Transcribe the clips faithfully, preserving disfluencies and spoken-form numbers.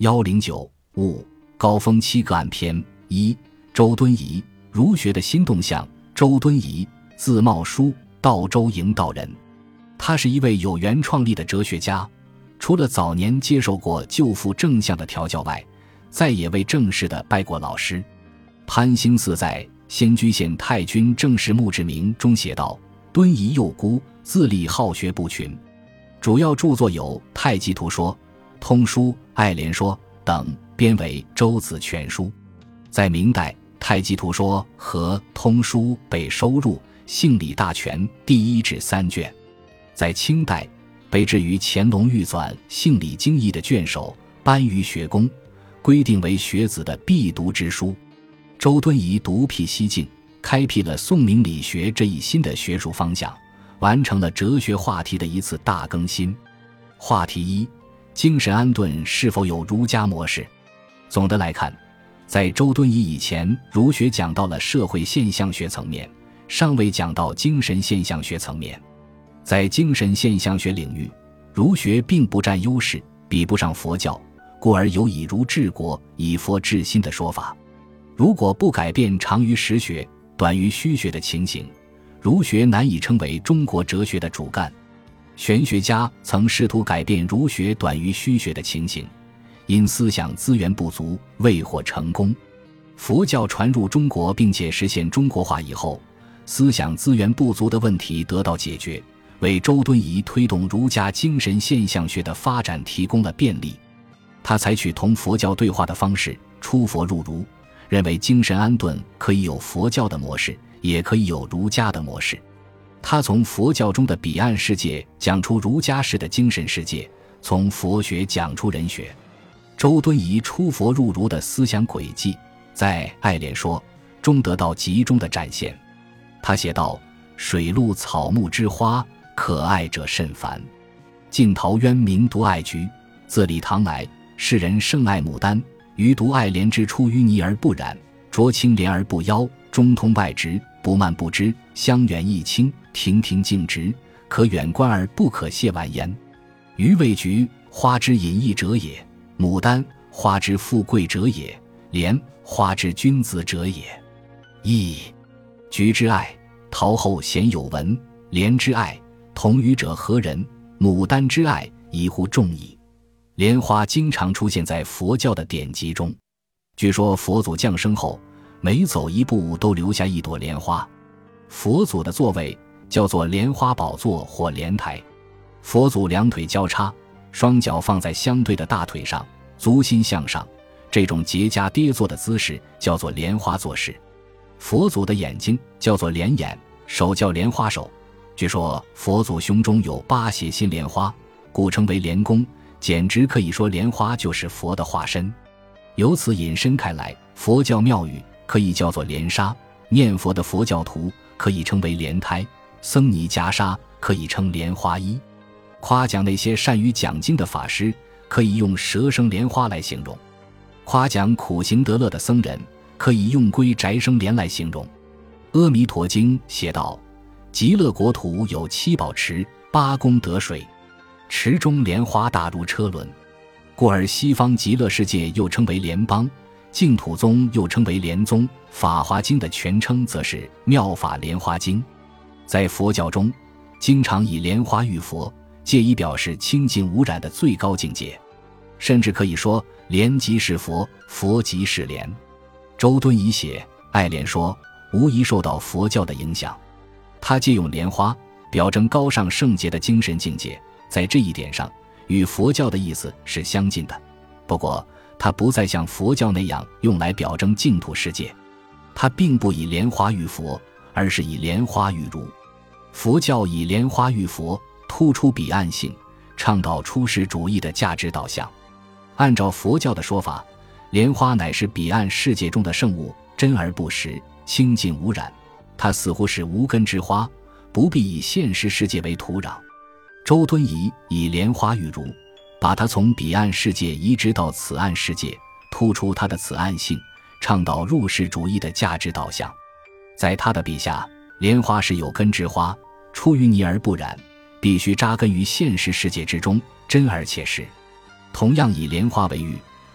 一零九五高峰七个案篇。一、周敦颐，儒学的新动向。周敦颐，字茂叔，道州营道人。他是一位有原创力的哲学家，除了早年接受过旧父正向的调教外，再也未正式的拜过老师。潘兴嗣在《仙居县太君正室墓志铭》中写道：敦颐幼孤，自立好学不群。主要著作有《太极图说》《通书》《爱莲说》等，编为《周子全书》。在明代，《太极图说》和《通书》被收入《性理大全》第一至三卷。在清代，被置于乾隆御纂《性理经义》的卷首，颁于学宫，规定为学子的必读之书。周敦颐独辟蹊径，开辟了宋明理学这一新的学术方向，完成了哲学话题的一次大更新。话题一：精神安顿是否有儒家模式？总的来看，在周敦颐以前，儒学讲到了社会现象学层面，尚未讲到精神现象学层面。在精神现象学领域，儒学并不占优势，比不上佛教，故而有以儒治国、以佛治心的说法。如果不改变长于实学、短于虚学的情形，儒学难以称为中国哲学的主干。玄学家曾试图改变儒学短于虚学的情形，因思想资源不足，未获成功。佛教传入中国并且实现中国化以后，思想资源不足的问题得到解决，为周敦颐推动儒家精神现象学的发展提供了便利。他采取同佛教对话的方式，出佛入儒，认为精神安顿可以有佛教的模式，也可以有儒家的模式。他从佛教中的彼岸世界讲出儒家式的精神世界，从佛学讲出人学。周敦颐出佛入儒的思想轨迹，在《爱莲说》中得到集中的展现。他写道：水陆草木之花，可爱者甚蕃。晋陶渊明独爱菊，自李唐来，世人甚爱牡丹。余独爱莲之出淤泥而不染，濯清涟而不妖，中通外直，不蔓不枝，香远益清，亭亭净植，可远观而不可亵玩焉。余谓菊，花之隐逸者也；牡丹，花之富贵者也；莲，花之君子者也。亦菊之爱，陶后鲜有闻；莲之爱，同予者何人？牡丹之爱，宜乎众矣。莲花经常出现在佛教的典籍中，据说佛祖降生后，每走一步都留下一朵莲花。佛祖的座位叫做莲花宝座或莲台。佛祖两腿交叉，双脚放在相对的大腿上，足心向上，这种结跏跌坐的姿势叫做莲花坐式。佛祖的眼睛叫做莲眼，手叫莲花手。据说佛祖胸中有八血心莲花，故称为莲宫，简直可以说莲花就是佛的化身。由此引申开来，佛教庙宇可以叫做莲沙，念佛的佛教徒可以称为莲胎，僧尼袈裟可以称莲花衣。夸奖那些善于讲经的法师，可以用蛇生莲花来形容；夸奖苦行得乐的僧人，可以用龟宅生莲来形容。阿弥陀经写道：极乐国土有七宝池，八功德水，池中莲花大如车轮，故而西方极乐世界又称为莲邦，净土宗又称为莲宗，法华经的全称则是妙法莲华经。在佛教中，经常以莲花喻佛，借以表示清净无染的最高境界，甚至可以说莲即是佛，佛即是莲。周敦颐写《爱莲说》无疑受到佛教的影响，他借用莲花表征高尚圣洁的精神境界，在这一点上与佛教的意思是相近的。不过他不再像佛教那样用来表征净土世界，他并不以莲花喻佛，而是以莲花喻儒。佛教以莲花喻佛，突出彼岸性，倡导出世主义的价值导向。按照佛教的说法，莲花乃是彼岸世界中的圣物，真而不实，清净无染，它似乎是无根之花，不必以现实世界为土壤。周敦颐以莲花喻儒，把它从彼岸世界移植到此岸世界，突出它的此岸性，倡导入世主义的价值导向。在他的笔下，莲花是有根之花，出淤泥而不染，必须扎根于现实世界之中，真而切实。同样以莲花为喻，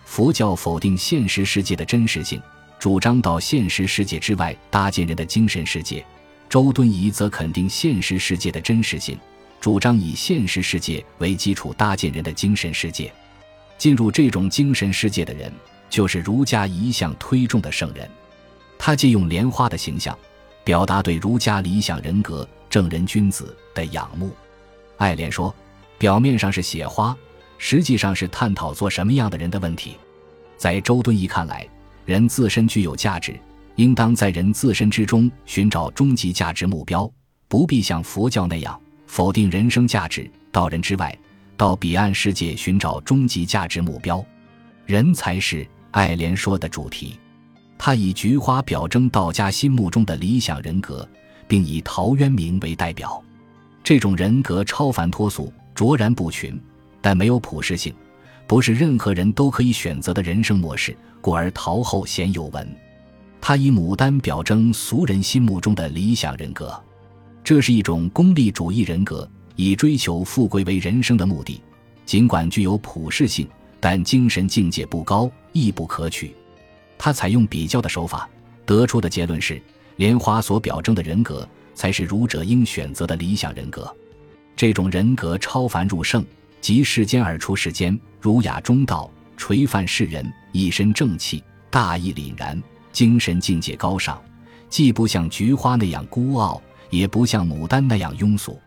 佛教否定现实世界的真实性，主张到现实世界之外搭建人的精神世界；周敦颐则肯定现实世界的真实性，主张以现实世界为基础搭建人的精神世界。进入这种精神世界的人，就是儒家一向推崇的圣人。他借用莲花的形象，表达对儒家理想人格正人君子的仰慕。爱莲说，表面上是写花，实际上是探讨做什么样的人的问题。在周敦颐看来，人自身具有价值，应当在人自身之中寻找终极价值目标，不必像佛教那样否定人生价值，到人之外，到彼岸世界寻找终极价值目标。人才是爱莲说的主题。他以菊花表征道家心目中的理想人格，并以陶渊明为代表。这种人格超凡脱俗，卓然不群，但没有普适性，不是任何人都可以选择的人生模式，故而陶后鲜有闻。他以牡丹表征俗人心目中的理想人格，这是一种功利主义人格，以追求富贵为人生的目的，尽管具有普适性，但精神境界不高，亦不可取。他采用比较的手法，得出的结论是，莲花所表征的人格才是儒者应选择的理想人格。这种人格超凡入圣，即世间而出世间，儒雅中道，垂范世人，一身正气，大义凛然，精神境界高尚，既不像菊花那样孤傲，也不像牡丹那样庸俗。